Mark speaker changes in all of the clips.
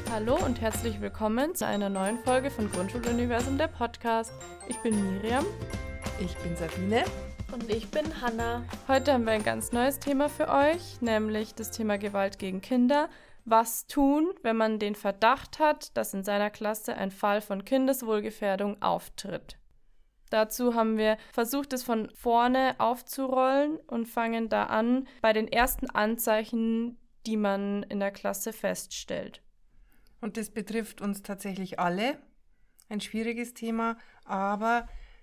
Speaker 1: Hallo und herzlich willkommen zu einer neuen Folge von Grundschuluniversum, der Podcast. Ich bin Miriam.
Speaker 2: Ich bin Sabine.
Speaker 3: Und ich bin Hanna.
Speaker 1: Heute haben wir ein ganz neues Thema für euch, nämlich das Thema Gewalt gegen Kinder. Was tun, wenn man den Verdacht hat, dass in seiner Klasse ein Fall von Kindeswohlgefährdung auftritt? Dazu haben wir versucht, es von vorne aufzurollen und fangen da an bei den ersten Anzeichen, die man in der Klasse feststellt.
Speaker 2: Und das betrifft uns tatsächlich alle. Ein schwieriges Thema, aber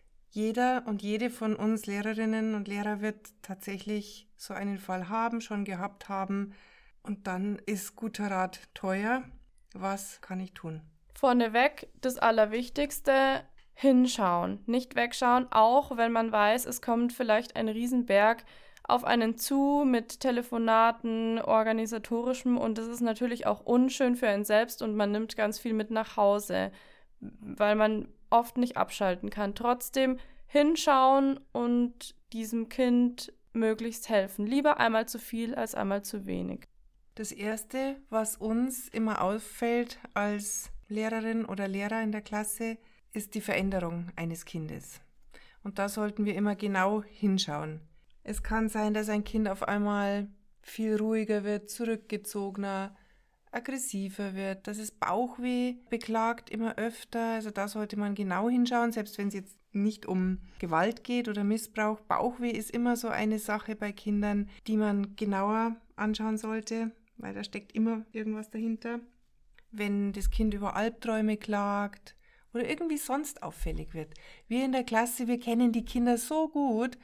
Speaker 2: jeder und jede von uns Lehrerinnen und Lehrer wird tatsächlich so einen Fall haben, schon gehabt haben. Und dann ist guter Rat teuer. Was kann ich tun?
Speaker 1: Vorneweg das Allerwichtigste: hinschauen, nicht wegschauen, auch wenn man weiß, es kommt vielleicht ein Riesenberg auf einen zu mit Telefonaten, organisatorischem, und das ist natürlich auch unschön für einen selbst und man nimmt ganz viel mit nach Hause, weil man oft nicht abschalten kann. Trotzdem hinschauen und diesem Kind möglichst helfen. Lieber einmal zu viel als einmal zu wenig.
Speaker 2: Das Erste, was uns immer auffällt als Lehrerin oder Lehrer in der Klasse, ist die Veränderung eines Kindes. Und da sollten wir immer genau hinschauen. Es kann sein, dass ein Kind auf einmal viel ruhiger wird, zurückgezogener, aggressiver wird, dass es Bauchweh beklagt immer öfter. Also da sollte man genau hinschauen, selbst wenn es jetzt nicht um Gewalt geht oder Missbrauch. Bauchweh ist immer so eine Sache bei Kindern, die man genauer anschauen sollte, weil da steckt immer irgendwas dahinter. Wenn das Kind über Albträume klagt oder irgendwie sonst auffällig wird. Wir in der Klasse, wir kennen die Kinder so gut,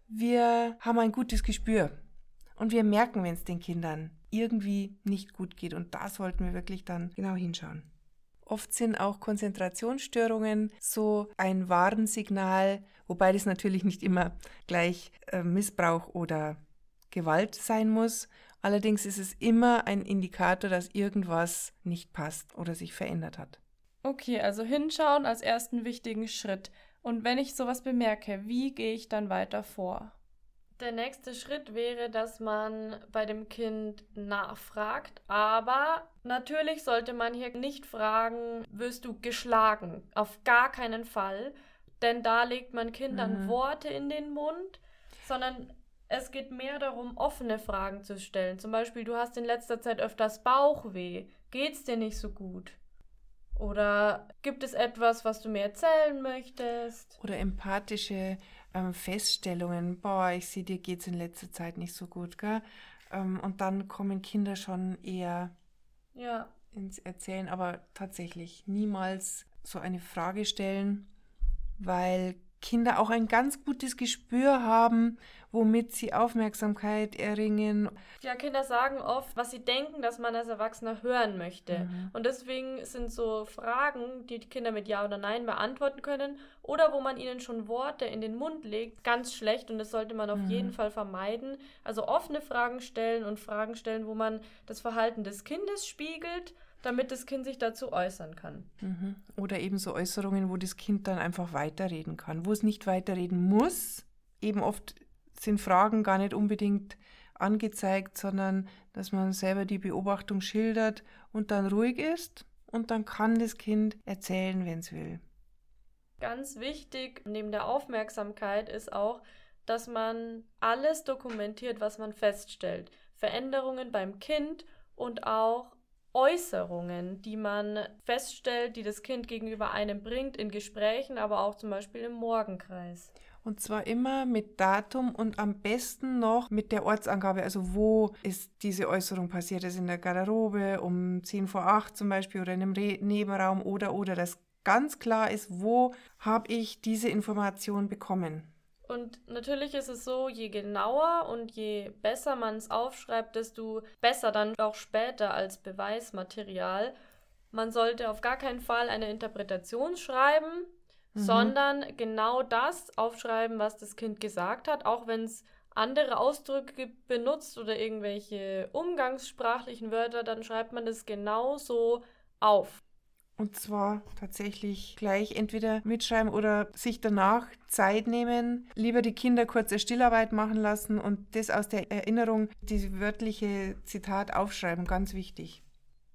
Speaker 2: wir haben ein gutes Gespür und wir merken, wenn es den Kindern irgendwie nicht gut geht, und da sollten wir wirklich dann genau hinschauen. Oft sind auch Konzentrationsstörungen so ein Warnsignal, wobei das natürlich nicht immer gleich Missbrauch oder Gewalt sein muss. Allerdings ist es immer ein Indikator, dass irgendwas nicht passt oder sich verändert hat.
Speaker 1: Okay, also hinschauen als ersten wichtigen Schritt. Und wenn ich sowas bemerke, wie gehe ich dann weiter vor?
Speaker 3: Der nächste Schritt wäre, dass man bei dem Kind nachfragt, aber natürlich sollte man hier nicht fragen, wirst du geschlagen? Auf gar keinen Fall, denn da legt man Kindern Worte in den Mund, sondern es geht mehr darum, offene Fragen zu stellen. Zum Beispiel, du hast in letzter Zeit öfters Bauchweh, geht's dir nicht so gut? Oder gibt es etwas, was du mir erzählen möchtest?
Speaker 2: Oder empathische Feststellungen. Ich sehe, dir geht's in letzter Zeit nicht so gut, gell? Und dann kommen Kinder schon eher ins Erzählen. Aber tatsächlich niemals so eine Frage stellen, weil Kinder auch ein ganz gutes Gespür haben, womit sie Aufmerksamkeit erringen.
Speaker 3: Ja, Kinder sagen oft, was sie denken, dass man als Erwachsener hören möchte. Und deswegen sind so Fragen, die Kinder mit Ja oder Nein beantworten können oder wo man ihnen schon Worte in den Mund legt, ganz schlecht, und das sollte man auf jeden Fall vermeiden. Also offene Fragen stellen und Fragen stellen, wo man das Verhalten des Kindes spiegelt, damit das Kind sich dazu äußern kann.
Speaker 2: Oder eben so Äußerungen, wo das Kind dann einfach weiterreden kann, wo es nicht weiterreden muss. Eben oft sind Fragen gar nicht unbedingt angezeigt, sondern dass man selber die Beobachtung schildert und dann ruhig ist, und dann kann das Kind erzählen, wenn es will.
Speaker 3: Ganz wichtig neben der Aufmerksamkeit ist auch, dass man alles dokumentiert, was man feststellt. Veränderungen beim Kind und auch Äußerungen, die man feststellt, die das Kind gegenüber einem bringt, in Gesprächen, aber auch zum Beispiel im Morgenkreis.
Speaker 2: Und zwar immer mit Datum und am besten noch mit der Ortsangabe, also wo ist diese Äußerung passiert, ist in der Garderobe um 7:50 zum Beispiel oder in einem Nebenraum oder, dass ganz klar ist, wo habe ich diese Information bekommen.
Speaker 3: Und natürlich ist es so, je genauer und je besser man es aufschreibt, desto besser dann auch später als Beweismaterial. Man sollte auf gar keinen Fall eine Interpretation schreiben, sondern genau das aufschreiben, was das Kind gesagt hat, auch wenn es andere Ausdrücke benutzt oder irgendwelche umgangssprachlichen Wörter, dann schreibt man das genauso auf.
Speaker 2: Und zwar tatsächlich gleich entweder mitschreiben oder sich danach Zeit nehmen, lieber die Kinder kurze Stillarbeit machen lassen und das aus der Erinnerung, dieses wörtliche Zitat aufschreiben, ganz wichtig.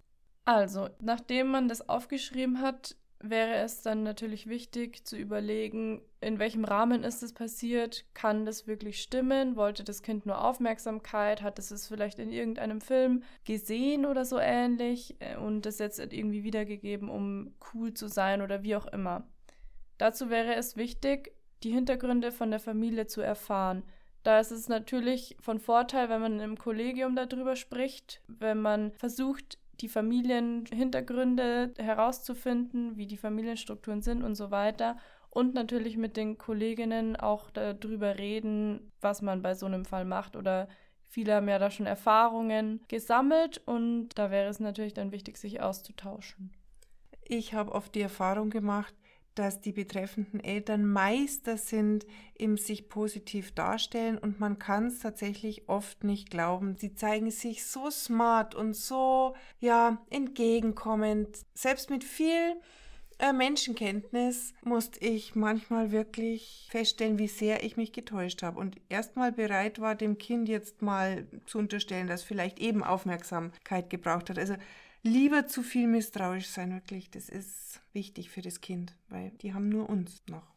Speaker 1: Also, nachdem man das aufgeschrieben hat, wäre es dann natürlich wichtig zu überlegen, in welchem Rahmen ist es passiert, kann das wirklich stimmen, wollte das Kind nur Aufmerksamkeit, hat es vielleicht in irgendeinem Film gesehen oder so ähnlich und das jetzt irgendwie wiedergegeben, um cool zu sein oder wie auch immer. Dazu wäre es wichtig, die Hintergründe von der Familie zu erfahren. Da ist es natürlich von Vorteil, wenn man im Kollegium darüber spricht, wenn man versucht, die Familienhintergründe herauszufinden, wie die Familienstrukturen sind und so weiter. Und natürlich mit den Kolleginnen auch darüber reden, was man bei so einem Fall macht. Oder viele haben ja da schon Erfahrungen gesammelt und da wäre es natürlich dann wichtig, sich auszutauschen.
Speaker 2: Ich habe oft die Erfahrung gemacht, dass die betreffenden Eltern Meister sind im sich positiv darstellen und man kann es tatsächlich oft nicht glauben. Sie zeigen sich so smart und so entgegenkommend. Selbst mit viel Menschenkenntnis musste ich manchmal wirklich feststellen, wie sehr ich mich getäuscht habe und erstmal bereit war, dem Kind jetzt mal zu unterstellen, dass vielleicht eben Aufmerksamkeit gebraucht hat. Also lieber zu viel misstrauisch sein, wirklich. Das ist wichtig für das Kind, weil die haben nur uns noch.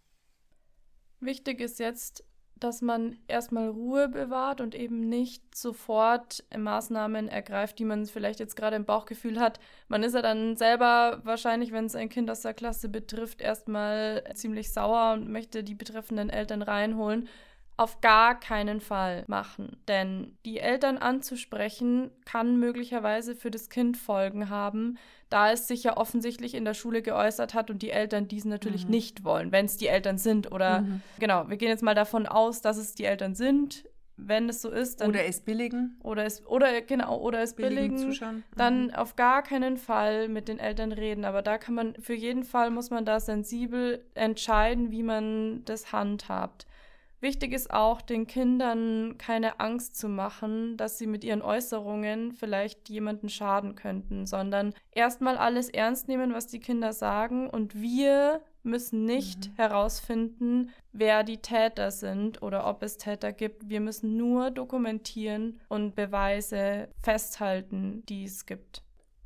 Speaker 1: Wichtig ist jetzt, dass man erstmal Ruhe bewahrt und eben nicht sofort Maßnahmen ergreift, die man vielleicht jetzt gerade im Bauchgefühl hat. Man ist ja dann selber wahrscheinlich, wenn es ein Kind aus der Klasse betrifft, erstmal ziemlich sauer und möchte die betreffenden Eltern reinholen. Auf gar keinen Fall machen, denn die Eltern anzusprechen kann möglicherweise für das Kind Folgen haben, da es sich ja offensichtlich in der Schule geäußert hat und die Eltern diesen natürlich nicht wollen, wenn es die Eltern sind oder genau, wir gehen jetzt mal davon aus, dass es die Eltern sind, wenn es so ist, dann
Speaker 2: oder es billigen
Speaker 1: oder es billigen
Speaker 2: zuschauen.
Speaker 1: Dann auf gar keinen Fall mit den Eltern reden, aber da kann man für jeden Fall muss man da sensibel entscheiden, wie man das handhabt. Wichtig ist auch, den Kindern keine Angst zu machen, dass sie mit ihren Äußerungen vielleicht jemanden schaden könnten, sondern erstmal alles ernst nehmen, was die Kinder sagen und wir müssen nicht herausfinden, wer die Täter sind oder ob es Täter gibt. Wir müssen nur dokumentieren und Beweise festhalten, die es gibt.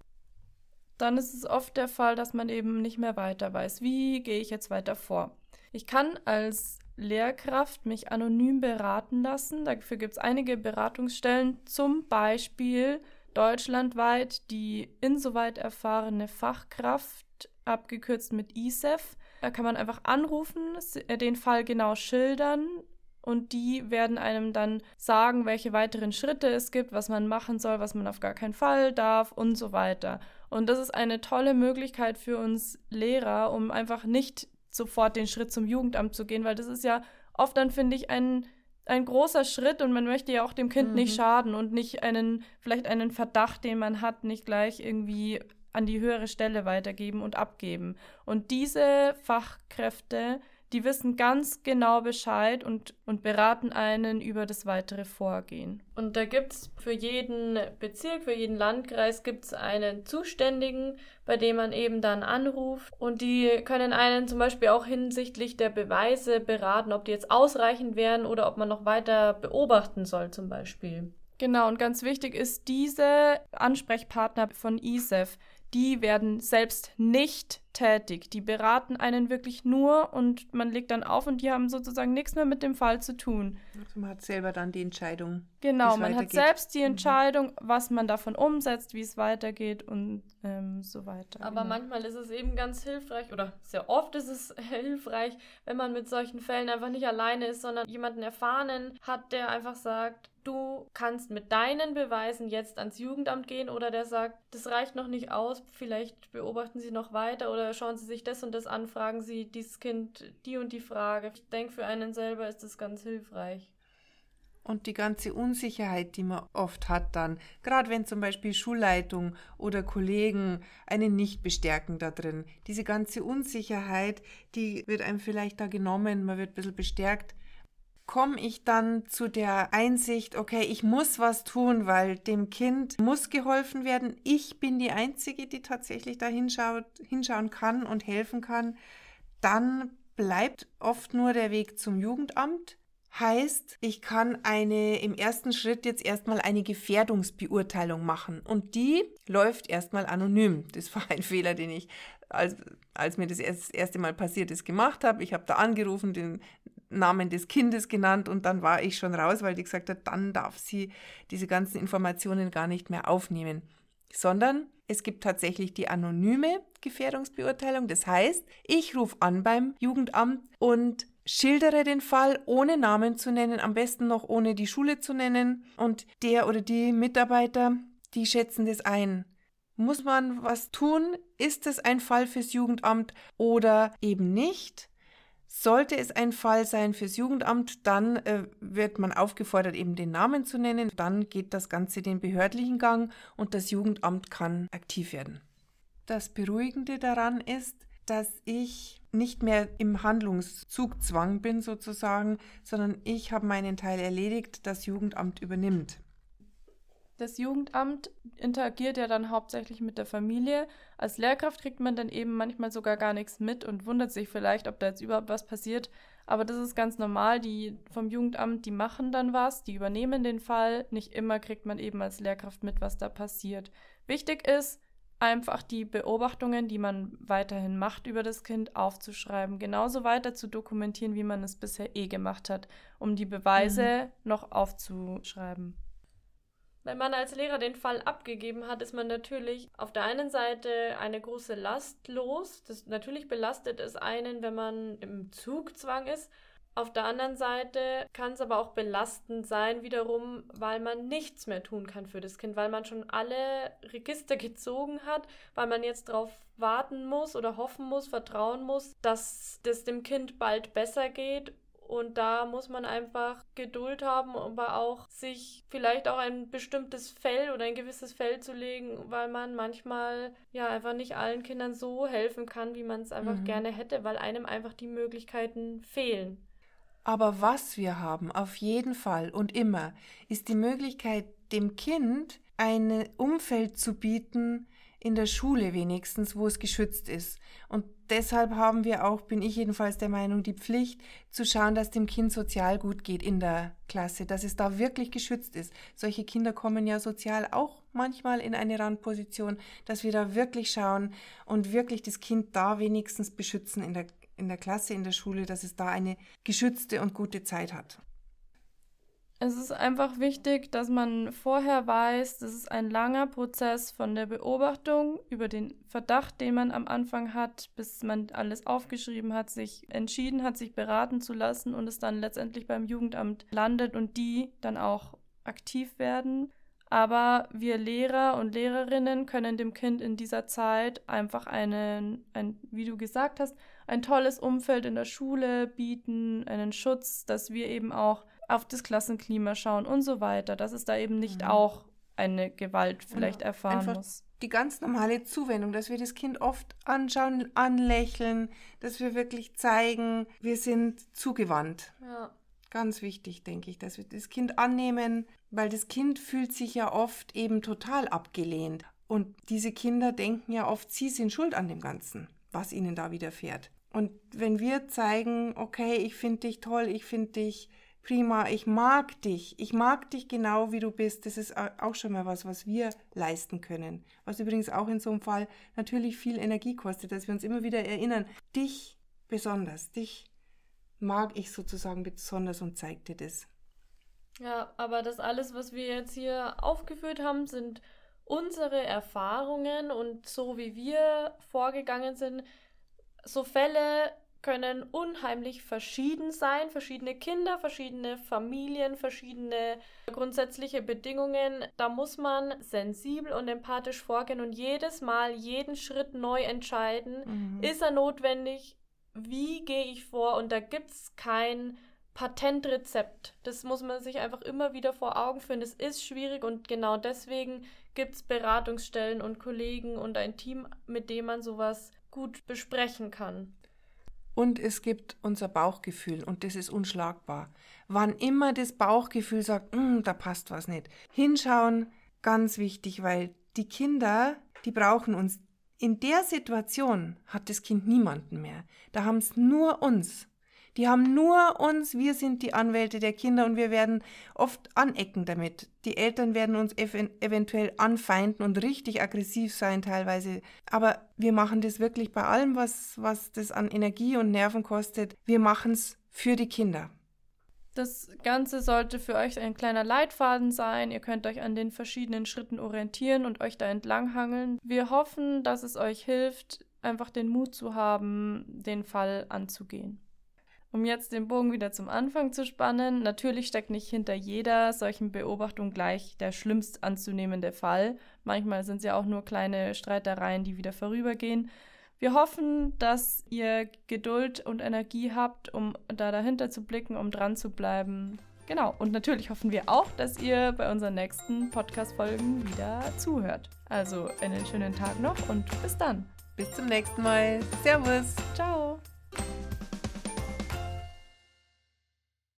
Speaker 1: Dann ist es oft der Fall, dass man eben nicht mehr weiter weiß. Wie gehe ich jetzt weiter vor? Ich kann als Lehrkraft mich anonym beraten lassen. Dafür gibt es einige Beratungsstellen, zum Beispiel deutschlandweit die insoweit erfahrene Fachkraft, abgekürzt mit ISEF. Da kann man einfach anrufen, den Fall genau schildern und die werden einem dann sagen, welche weiteren Schritte es gibt, was man machen soll, was man auf gar keinen Fall darf und so weiter. Und das ist eine tolle Möglichkeit für uns Lehrer, um einfach nicht sofort den Schritt zum Jugendamt zu gehen, weil das ist ja oft dann, finde ich, ein großer Schritt und man möchte ja auch dem Kind nicht schaden und nicht vielleicht einen Verdacht, den man hat, nicht gleich irgendwie an die höhere Stelle weitergeben und abgeben. Und diese Fachkräfte, die wissen ganz genau Bescheid und beraten einen über das weitere Vorgehen.
Speaker 3: Und da gibt es für jeden Bezirk, für jeden Landkreis gibt es einen Zuständigen, bei dem man eben dann anruft. Und die können einen zum Beispiel auch hinsichtlich der Beweise beraten, ob die jetzt ausreichend wären oder ob man noch weiter beobachten soll zum Beispiel.
Speaker 1: Genau, und ganz wichtig ist, diese Ansprechpartner von ISEF, die werden selbst nicht tätig. Die beraten einen wirklich nur und man legt dann auf und die haben sozusagen nichts mehr mit dem Fall zu tun.
Speaker 2: Also man hat selber dann die Entscheidung.
Speaker 1: Genau, man hat selbst die Entscheidung, was man davon umsetzt, wie es weitergeht und so weiter.
Speaker 3: Aber manchmal ist es eben ganz hilfreich, oder sehr oft ist es hilfreich, wenn man mit solchen Fällen einfach nicht alleine ist, sondern jemanden Erfahrenen hat, der einfach sagt, du kannst mit deinen Beweisen jetzt ans Jugendamt gehen, oder der sagt, das reicht noch nicht aus, vielleicht beobachten Sie noch weiter oder schauen Sie sich das und das an, fragen Sie dieses Kind die und die Frage. Ich denke, für einen selber ist das ganz hilfreich.
Speaker 2: Und die ganze Unsicherheit, die man oft hat dann, gerade wenn zum Beispiel Schulleitung oder Kollegen einen nicht bestärken da drin, diese ganze Unsicherheit, die wird einem vielleicht da genommen, man wird ein bisschen bestärkt. Komme ich dann zu der Einsicht, okay, ich muss was tun, weil dem Kind muss geholfen werden. Ich bin die Einzige, die tatsächlich da hinschauen kann und helfen kann. Dann bleibt oft nur der Weg zum Jugendamt. heißt, ich kann im ersten Schritt jetzt erstmal eine Gefährdungsbeurteilung machen und die läuft erstmal anonym. Das war ein Fehler, den ich, als mir das erste Mal passiert ist, gemacht habe. Ich habe da angerufen, den Namen des Kindes genannt und dann war ich schon raus, weil die gesagt hat, dann darf sie diese ganzen Informationen gar nicht mehr aufnehmen. Sondern es gibt tatsächlich die anonyme Gefährdungsbeurteilung. Das heißt, ich rufe an beim Jugendamt und schildere den Fall, ohne Namen zu nennen, am besten noch ohne die Schule zu nennen. Und der oder die Mitarbeiter, die schätzen das ein. Muss man was tun? Ist es ein Fall fürs Jugendamt oder eben nicht? Sollte es ein Fall sein fürs Jugendamt, dann wird man aufgefordert, eben den Namen zu nennen. Dann geht das Ganze den behördlichen Gang und das Jugendamt kann aktiv werden. Das Beruhigende daran ist, dass ich nicht mehr im Handlungszugzwang bin sozusagen, sondern ich habe meinen Teil erledigt, das Jugendamt übernimmt.
Speaker 1: Das Jugendamt interagiert ja dann hauptsächlich mit der Familie. Als Lehrkraft kriegt man dann eben manchmal sogar gar nichts mit und wundert sich vielleicht, ob da jetzt überhaupt was passiert. Aber das ist ganz normal. Die vom Jugendamt, die machen dann was, die übernehmen den Fall. Nicht immer kriegt man eben als Lehrkraft mit, was da passiert. Wichtig ist, einfach die Beobachtungen, die man weiterhin macht über das Kind, aufzuschreiben. Genauso weiter zu dokumentieren, wie man es bisher gemacht hat, um die Beweise noch aufzuschreiben.
Speaker 3: Wenn man als Lehrer den Fall abgegeben hat, ist man natürlich auf der einen Seite eine große Last los. Natürlich belastet es einen, wenn man im Zugzwang ist. Auf der anderen Seite kann es aber auch belastend sein, wiederum, weil man nichts mehr tun kann für das Kind, weil man schon alle Register gezogen hat, weil man jetzt darauf warten muss oder hoffen muss, vertrauen muss, dass das dem Kind bald besser geht. Und da muss man einfach Geduld haben, aber auch sich vielleicht auch ein bestimmtes Fell oder ein gewisses Fell zu legen, weil man manchmal ja einfach nicht allen Kindern so helfen kann, wie man es einfach gerne hätte, weil einem einfach die Möglichkeiten fehlen.
Speaker 2: Aber was wir haben, auf jeden Fall und immer, ist die Möglichkeit, dem Kind ein Umfeld zu bieten, in der Schule wenigstens, wo es geschützt ist. Und deshalb bin ich jedenfalls der Meinung, die Pflicht zu schauen, dass dem Kind sozial gut geht in der Klasse, dass es da wirklich geschützt ist. Solche Kinder kommen ja sozial auch manchmal in eine Randposition, dass wir da wirklich schauen und wirklich das Kind da wenigstens beschützen in der Klasse, in der Schule, dass es da eine geschützte und gute Zeit hat.
Speaker 1: Es ist einfach wichtig, dass man vorher weiß, das ist ein langer Prozess von der Beobachtung über den Verdacht, den man am Anfang hat, bis man alles aufgeschrieben hat, sich entschieden hat, sich beraten zu lassen und es dann letztendlich beim Jugendamt landet und die dann auch aktiv werden. Aber wir Lehrer und Lehrerinnen können dem Kind in dieser Zeit einfach wie du gesagt hast, ein tolles Umfeld in der Schule bieten, einen Schutz, dass wir eben auch auf das Klassenklima schauen und so weiter, dass es da eben nicht auch eine Gewalt vielleicht erfahren muss.
Speaker 2: Die ganz normale Zuwendung, dass wir das Kind oft anschauen, anlächeln, dass wir wirklich zeigen, wir sind zugewandt.
Speaker 3: Ja.
Speaker 2: Ganz wichtig, denke ich, dass wir das Kind annehmen, weil das Kind fühlt sich ja oft eben total abgelehnt. Und diese Kinder denken ja oft, sie sind schuld an dem Ganzen, was ihnen da widerfährt. Und wenn wir zeigen, okay, ich finde dich toll, ich finde dich prima, ich mag dich genau wie du bist, das ist auch schon mal was wir leisten können. Was übrigens auch in so einem Fall natürlich viel Energie kostet, dass wir uns immer wieder erinnern, dich besonders, dich mag ich sozusagen besonders und zeig dir das.
Speaker 3: Ja, aber das alles, was wir jetzt hier aufgeführt haben, sind unsere Erfahrungen und so wie wir vorgegangen sind. So Fälle können unheimlich verschieden sein, verschiedene Kinder, verschiedene Familien, verschiedene grundsätzliche Bedingungen. Da muss man sensibel und empathisch vorgehen und jedes Mal jeden Schritt neu entscheiden. Ist er notwendig? Wie gehe ich vor? Und da gibt es kein Patentrezept. Das muss man sich einfach immer wieder vor Augen führen. Es ist schwierig und genau deswegen gibt es Beratungsstellen und Kollegen und ein Team, mit dem man sowas gut besprechen kann.
Speaker 2: Und es gibt unser Bauchgefühl und das ist unschlagbar. Wann immer das Bauchgefühl sagt, da passt was nicht. Hinschauen, ganz wichtig, weil die Kinder, die brauchen uns. In der Situation hat das Kind niemanden mehr. Da haben es nur uns. Die haben nur uns, wir sind die Anwälte der Kinder und wir werden oft anecken damit. Die Eltern werden uns eventuell anfeinden und richtig aggressiv sein teilweise. Aber wir machen das wirklich bei allem, was das an Energie und Nerven kostet. Wir machen es für die Kinder.
Speaker 1: Das Ganze sollte für euch ein kleiner Leitfaden sein. Ihr könnt euch an den verschiedenen Schritten orientieren und euch da entlanghangeln. Wir hoffen, dass es euch hilft, einfach den Mut zu haben, den Fall anzugehen. Um jetzt den Bogen wieder zum Anfang zu spannen, natürlich steckt nicht hinter jeder solchen Beobachtung gleich der schlimmst anzunehmende Fall. Manchmal sind es ja auch nur kleine Streitereien, die wieder vorübergehen. Wir hoffen, dass ihr Geduld und Energie habt, um da dahinter zu blicken, um dran zu bleiben. Genau, und natürlich hoffen wir auch, dass ihr bei unseren nächsten Podcast-Folgen wieder zuhört. Also einen schönen Tag noch und bis dann.
Speaker 2: Bis zum nächsten Mal. Servus.
Speaker 1: Ciao.